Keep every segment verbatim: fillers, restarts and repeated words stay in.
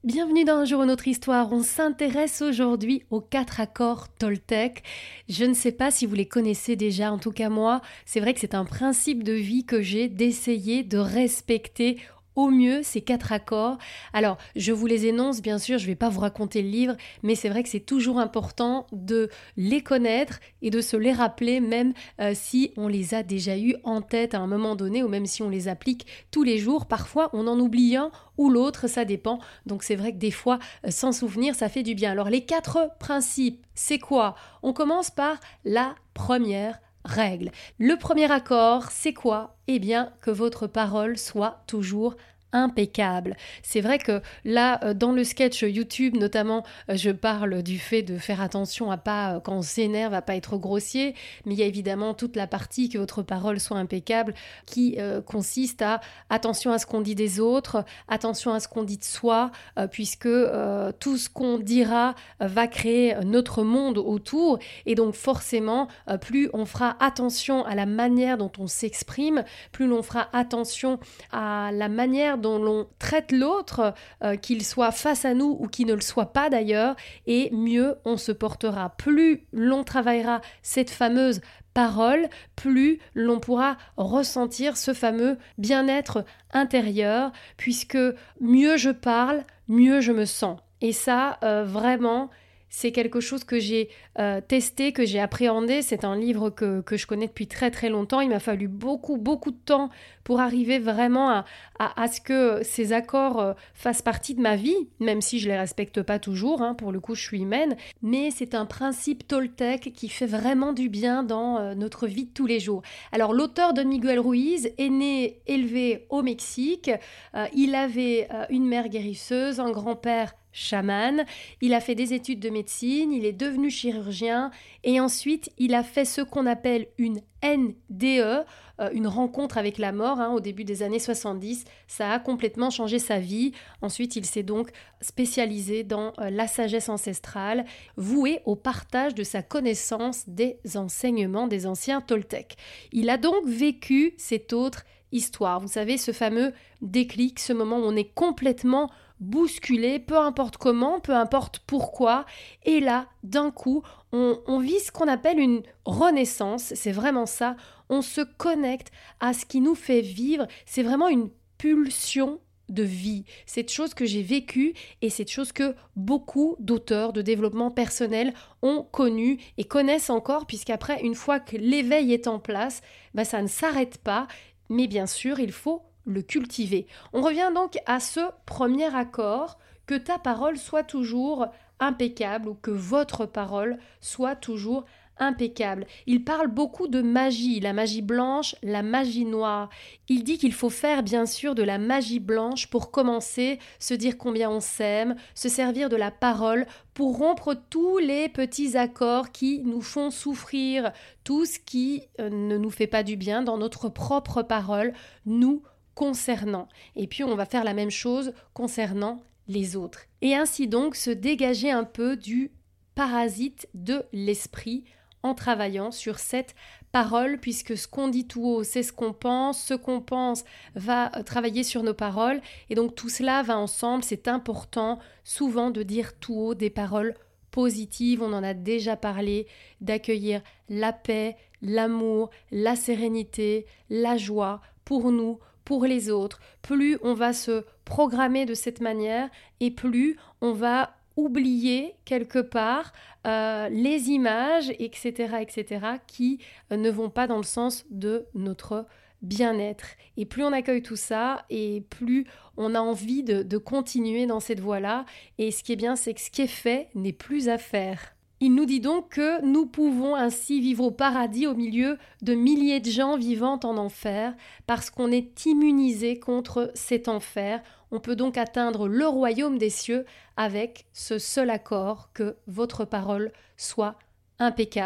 Bienvenue dans Un jour une autre histoire. On s'intéresse aujourd'hui aux quatre accords Toltec. Je ne sais pas si vous les connaissez déjà, en tout cas moi, c'est vrai que c'est un principe de vie que j'ai d'essayer de respecter au mieux ces quatre accords. Alors, je vous les énonce, bien sûr, je ne vais pas vous raconter le livre, mais c'est vrai que c'est toujours important de les connaître et de se les rappeler, même euh, si on les a déjà eus en tête à un moment donné, ou même si on les applique tous les jours. Parfois, on en oublie un ou l'autre, ça dépend. Donc c'est vrai que des fois, euh, s'en souvenir, ça fait du bien. Alors les quatre principes, c'est quoi ? On commence par la première règle. Le premier accord, c'est quoi ? Eh bien, que votre parole soit toujours impeccable. C'est vrai que là, dans le sketch YouTube, notamment, je parle du fait de faire attention à pas, quand on s'énerve, à pas être grossier, mais il y a évidemment toute la partie que votre parole soit impeccable qui euh, consiste à attention à ce qu'on dit des autres, attention à ce qu'on dit de soi, euh, puisque euh, tout ce qu'on dira euh, va créer notre monde autour, et donc forcément, euh, plus on fera attention à la manière dont on s'exprime, plus l'on fera attention à la manière dont l'on traite l'autre, euh, qu'il soit face à nous ou qu'il ne le soit pas d'ailleurs, et mieux on se portera. Plus l'on travaillera cette fameuse parole, plus l'on pourra ressentir ce fameux bien-être intérieur, puisque mieux je parle, mieux je me sens. Et ça, euh, vraiment, c'est quelque chose que j'ai euh, testé, que j'ai appréhendé. C'est un livre que, que je connais depuis très très longtemps. Il m'a fallu beaucoup beaucoup de temps pour arriver vraiment à, à, à ce que ces accords euh, fassent partie de ma vie, même si je ne les respecte pas toujours, hein, pour le coup je suis humaine. Mais c'est un principe Toltec qui fait vraiment du bien dans euh, notre vie de tous les jours. Alors l'auteur Don Miguel Ruiz est né, élevé au Mexique. Euh, il avait euh, une mère guérisseuse, un grand-père chaman, il a fait des études de médecine, il est devenu chirurgien et ensuite il a fait ce qu'on appelle une N D E, euh, une rencontre avec la mort, hein, au début des années soixante-dix. Ça a complètement changé sa vie. Ensuite, il s'est donc spécialisé dans euh, la sagesse ancestrale, voué au partage de sa connaissance des enseignements des anciens Toltecs. Il a donc vécu cette autre histoire. Vous savez, ce fameux déclic, ce moment où on est complètement bousculé, peu importe comment, peu importe pourquoi, et là, d'un coup, on, on vit ce qu'on appelle une renaissance, c'est vraiment ça, on se connecte à ce qui nous fait vivre, c'est vraiment une pulsion de vie, cette chose que j'ai vécue et cette chose que beaucoup d'auteurs de développement personnel ont connue et connaissent encore, puisqu'après, une fois que l'éveil est en place, ben ça ne s'arrête pas, mais bien sûr, il faut le cultiver. On revient donc à ce premier accord, que ta parole soit toujours impeccable ou que votre parole soit toujours impeccable. Il parle beaucoup de magie, la magie blanche, la magie noire. Il dit qu'il faut faire bien sûr de la magie blanche pour commencer, se dire combien on s'aime, se servir de la parole pour rompre tous les petits accords qui nous font souffrir, tout ce qui euh, ne nous fait pas du bien dans notre propre parole, nous concernant. Et puis on va faire la même chose concernant les autres. Et ainsi donc se dégager un peu du parasite de l'esprit en travaillant sur cette parole, puisque ce qu'on dit tout haut, c'est ce qu'on pense, ce qu'on pense va travailler sur nos paroles, et donc tout cela va ensemble. C'est important souvent de dire tout haut des paroles positives, on en a déjà parlé, d'accueillir la paix, l'amour, la sérénité, la joie pour nous, pour les autres. Plus on va se programmer de cette manière et plus on va oublier quelque part euh, les images, et cetera, et cetera, qui euh, ne vont pas dans le sens de notre bien-être. Et plus on accueille tout ça, et plus on a envie de, de continuer dans cette voie-là. Et ce qui est bien, c'est que ce qui est fait n'est plus à faire. Il nous dit donc que nous pouvons ainsi vivre au paradis au milieu de milliers de gens vivant en enfer, parce qu'on est immunisé contre cet enfer. On peut donc atteindre le royaume des cieux avec ce seul accord, que votre parole soit impeccable.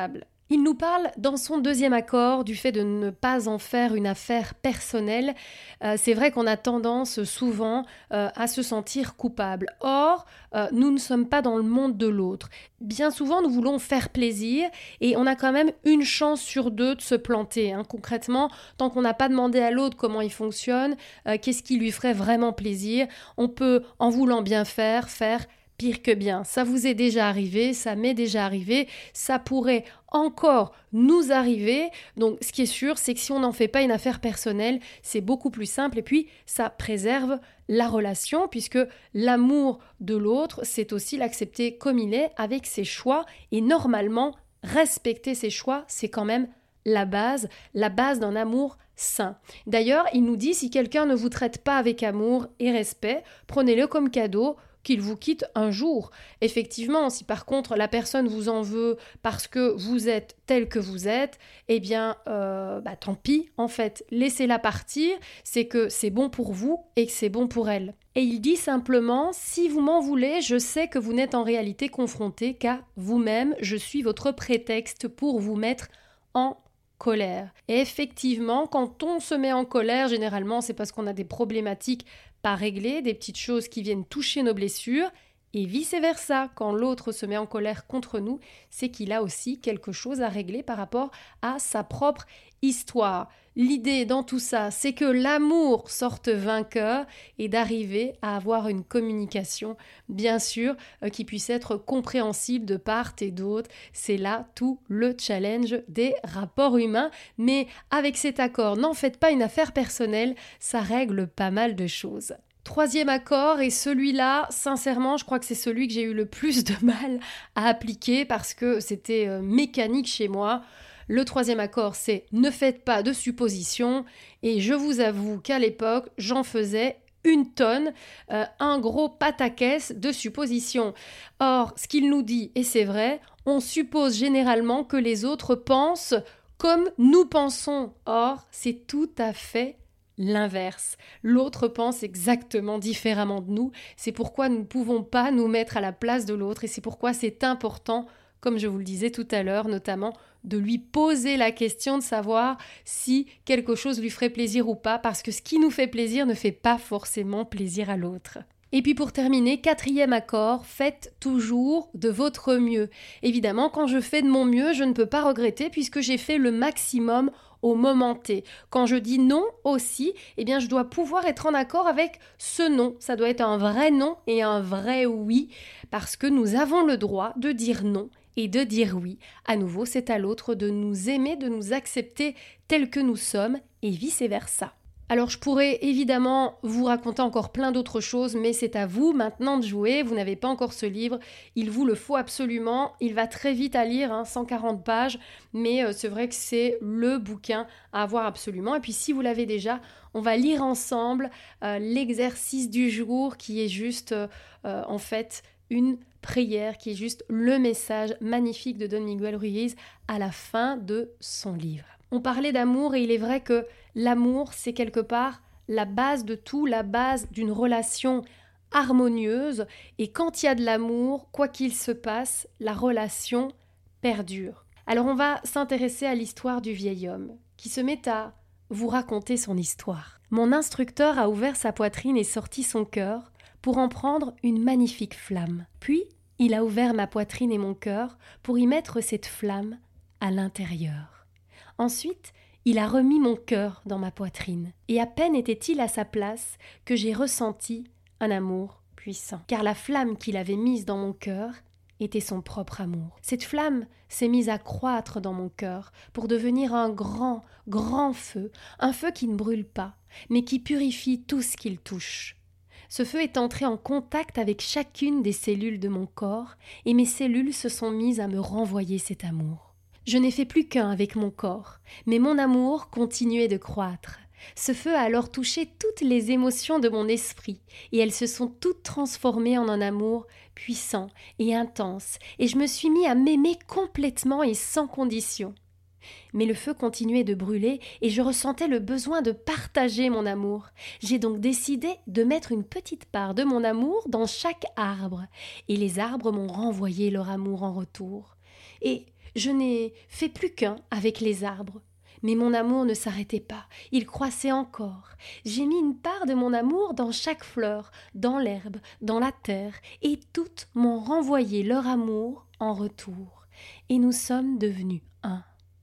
Il nous parle dans son deuxième accord du fait de ne pas en faire une affaire personnelle. Euh, c'est vrai qu'on a tendance souvent euh, à se sentir coupable. Or, euh, nous ne sommes pas dans le monde de l'autre. Bien souvent, nous voulons faire plaisir et on a quand même une chance sur deux de se planter. Hein. Concrètement, tant qu'on n'a pas demandé à l'autre comment il fonctionne, euh, qu'est-ce qui lui ferait vraiment plaisir, on peut, en voulant bien faire, faire pire que bien. Ça vous est déjà arrivé, ça m'est déjà arrivé, ça pourrait encore nous arriver. Donc ce qui est sûr, c'est que si on n'en fait pas une affaire personnelle, c'est beaucoup plus simple et puis ça préserve la relation puisque l'amour de l'autre, c'est aussi l'accepter comme il est avec ses choix et normalement, respecter ses choix, c'est quand même la base, la base d'un amour sain. D'ailleurs, il nous dit si quelqu'un ne vous traite pas avec amour et respect, prenez-le comme cadeau qu'il vous quitte un jour. Effectivement, si par contre la personne vous en veut parce que vous êtes tel que vous êtes, eh bien, euh, bah, tant pis, en fait, laissez-la partir, c'est que c'est bon pour vous et que c'est bon pour elle. Et il dit simplement, si vous m'en voulez, je sais que vous n'êtes en réalité confronté qu'à vous-même, je suis votre prétexte pour vous mettre en colère. Et effectivement, quand on se met en colère, généralement, c'est parce qu'on a des problématiques pas régler, des petites choses qui viennent toucher nos blessures, et vice-versa, quand l'autre se met en colère contre nous, c'est qu'il a aussi quelque chose à régler par rapport à sa propre histoire. L'idée dans tout ça, c'est que l'amour sorte vainqueur et d'arriver à avoir une communication, bien sûr, euh, qui puisse être compréhensible de part et d'autre. C'est là tout le challenge des rapports humains. Mais avec cet accord, n'en faites pas une affaire personnelle, ça règle pas mal de choses. Troisième accord, et celui-là, sincèrement, je crois que c'est celui que j'ai eu le plus de mal à appliquer parce que c'était euh, mécanique chez moi. Le troisième accord, c'est « ne faites pas de suppositions » et je vous avoue qu'à l'époque, j'en faisais une tonne, euh, un gros pataquès de suppositions. Or, ce qu'il nous dit, et c'est vrai, on suppose généralement que les autres pensent comme nous pensons. Or, c'est tout à fait l'inverse. L'autre pense exactement différemment de nous. C'est pourquoi nous ne pouvons pas nous mettre à la place de l'autre et c'est pourquoi c'est important, comme je vous le disais tout à l'heure, notamment de lui poser la question de savoir si quelque chose lui ferait plaisir ou pas, parce que ce qui nous fait plaisir ne fait pas forcément plaisir à l'autre. Et puis pour terminer, quatrième accord, faites toujours de votre mieux. Évidemment, quand je fais de mon mieux, je ne peux pas regretter puisque j'ai fait le maximum au moment T. Quand je dis non aussi, eh bien je dois pouvoir être en accord avec ce non. Ça doit être un vrai non et un vrai oui, parce que nous avons le droit de dire non et de dire oui. À nouveau, c'est à l'autre de nous aimer, de nous accepter tels que nous sommes et vice-versa. Alors je pourrais évidemment vous raconter encore plein d'autres choses, mais c'est à vous maintenant de jouer. Vous n'avez pas encore ce livre, il vous le faut absolument. Il va très vite à lire, hein, cent quarante pages, mais euh, c'est vrai que c'est le bouquin à avoir absolument. Et puis si vous l'avez déjà, on va lire ensemble euh, l'exercice du jour qui est juste euh, euh, en fait une prière, qui est juste le message magnifique de Don Miguel Ruiz à la fin de son livre. On parlait d'amour et il est vrai que l'amour, c'est quelque part la base de tout, la base d'une relation harmonieuse. Et quand il y a de l'amour, quoi qu'il se passe, la relation perdure. Alors on va s'intéresser à l'histoire du vieil homme qui se met à vous raconter son histoire. Mon instructeur a ouvert sa poitrine et sorti son cœur pour en prendre une magnifique flamme. Puis, il a ouvert ma poitrine et mon cœur pour y mettre cette flamme à l'intérieur. Ensuite, il a remis mon cœur dans ma poitrine, et à peine était-il à sa place que j'ai ressenti un amour puissant. Car la flamme qu'il avait mise dans mon cœur était son propre amour. Cette flamme s'est mise à croître dans mon cœur pour devenir un grand, grand feu, un feu qui ne brûle pas, mais qui purifie tout ce qu'il touche. Ce feu est entré en contact avec chacune des cellules de mon corps, et mes cellules se sont mises à me renvoyer cet amour. Je n'ai fait plus qu'un avec mon corps, mais mon amour continuait de croître. Ce feu a alors touché toutes les émotions de mon esprit, et elles se sont toutes transformées en un amour puissant et intense, et je me suis mis à m'aimer complètement et sans condition. Mais le feu continuait de brûler et je ressentais le besoin de partager mon amour. J'ai donc décidé de mettre une petite part de mon amour dans chaque arbre, et les arbres m'ont renvoyé leur amour en retour. Et Je n'ai fait plus qu'un avec les arbres. Mais mon amour ne s'arrêtait pas, il croissait encore. J'ai mis une part de mon amour dans chaque fleur, dans l'herbe, dans la terre, et toutes m'ont renvoyé leur amour en retour. Et nous sommes devenus un.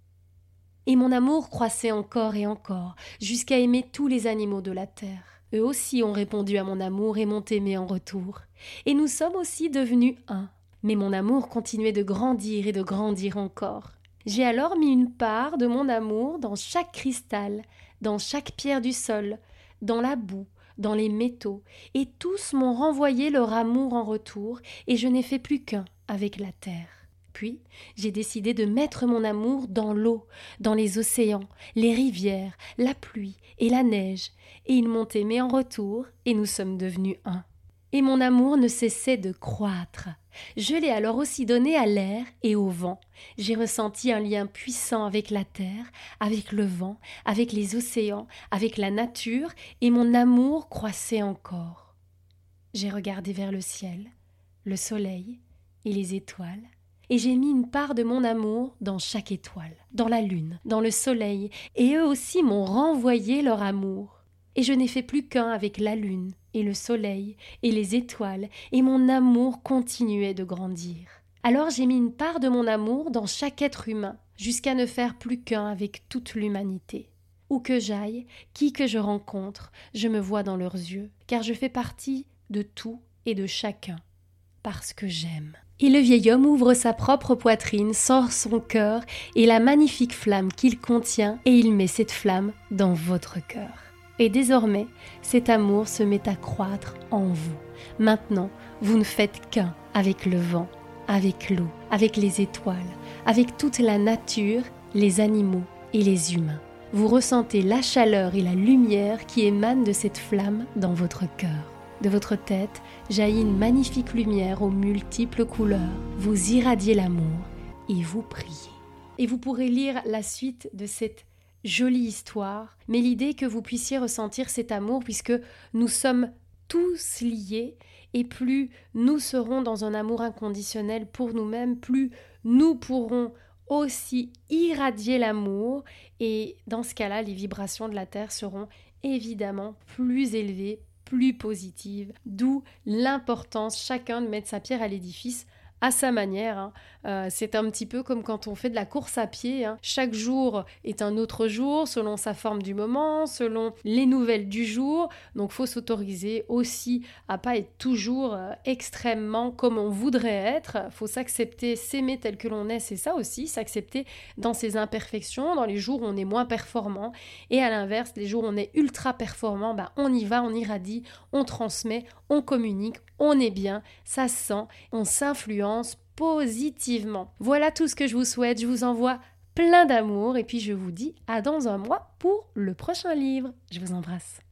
Et mon amour croissait encore et encore, jusqu'à aimer tous les animaux de la terre. Eux aussi ont répondu à mon amour et m'ont aimé en retour. Et nous sommes aussi devenus un. Mais mon amour continuait de grandir et de grandir encore. J'ai alors mis une part de mon amour dans chaque cristal, dans chaque pierre du sol, dans la boue, dans les métaux, et tous m'ont renvoyé leur amour en retour, et je n'ai fait plus qu'un avec la terre. Puis, j'ai décidé de mettre mon amour dans l'eau, dans les océans, les rivières, la pluie et la neige, et ils m'ont aimé en retour, et nous sommes devenus un. Et mon amour ne cessait de croître. Je l'ai alors aussi donné à l'air et au vent. J'ai ressenti un lien puissant avec la terre, avec le vent, avec les océans, avec la nature, et mon amour croissait encore. J'ai regardé vers le ciel, le soleil et les étoiles, et j'ai mis une part de mon amour dans chaque étoile, dans la lune, dans le soleil, et eux aussi m'ont renvoyé leur amour. Et je n'ai fait plus qu'un avec la lune, et le soleil, et les étoiles, et mon amour continuait de grandir. Alors j'ai mis une part de mon amour dans chaque être humain, jusqu'à ne faire plus qu'un avec toute l'humanité. Où que j'aille, qui que je rencontre, je me vois dans leurs yeux, car je fais partie de tout et de chacun, parce que j'aime. Et le vieil homme ouvre sa propre poitrine, sort son cœur et la magnifique flamme qu'il contient, et il met cette flamme dans votre cœur. Et désormais, cet amour se met à croître en vous. Maintenant, vous ne faites qu'un avec le vent, avec l'eau, avec les étoiles, avec toute la nature, les animaux et les humains. Vous ressentez la chaleur et la lumière qui émanent de cette flamme dans votre cœur. De votre tête jaillit une magnifique lumière aux multiples couleurs. Vous irradiez l'amour et vous priez. Et vous pourrez lire la suite de cette jolie histoire, mais l'idée que vous puissiez ressentir cet amour puisque nous sommes tous liés et plus nous serons dans un amour inconditionnel pour nous-mêmes, plus nous pourrons aussi irradier l'amour et dans ce cas-là, les vibrations de la Terre seront évidemment plus élevées, plus positives, d'où l'importance chacun de mettre sa pierre à l'édifice à sa manière. Hein. Euh, c'est un petit peu comme quand on fait de la course à pied. Hein. Chaque jour est un autre jour, selon sa forme du moment, selon les nouvelles du jour. Donc, il faut s'autoriser aussi à pas être toujours euh, extrêmement comme on voudrait être. Il faut s'accepter, s'aimer tel que l'on est, c'est ça aussi, s'accepter dans ses imperfections, dans les jours où on est moins performant. Et à l'inverse, les jours où on est ultra performant, bah, on y va, on irradie, on transmet, on communique, on est bien, ça se sent, on s'influence positivement. Voilà tout ce que je vous souhaite, je vous envoie plein d'amour et puis je vous dis à dans un mois pour le prochain livre. Je vous embrasse.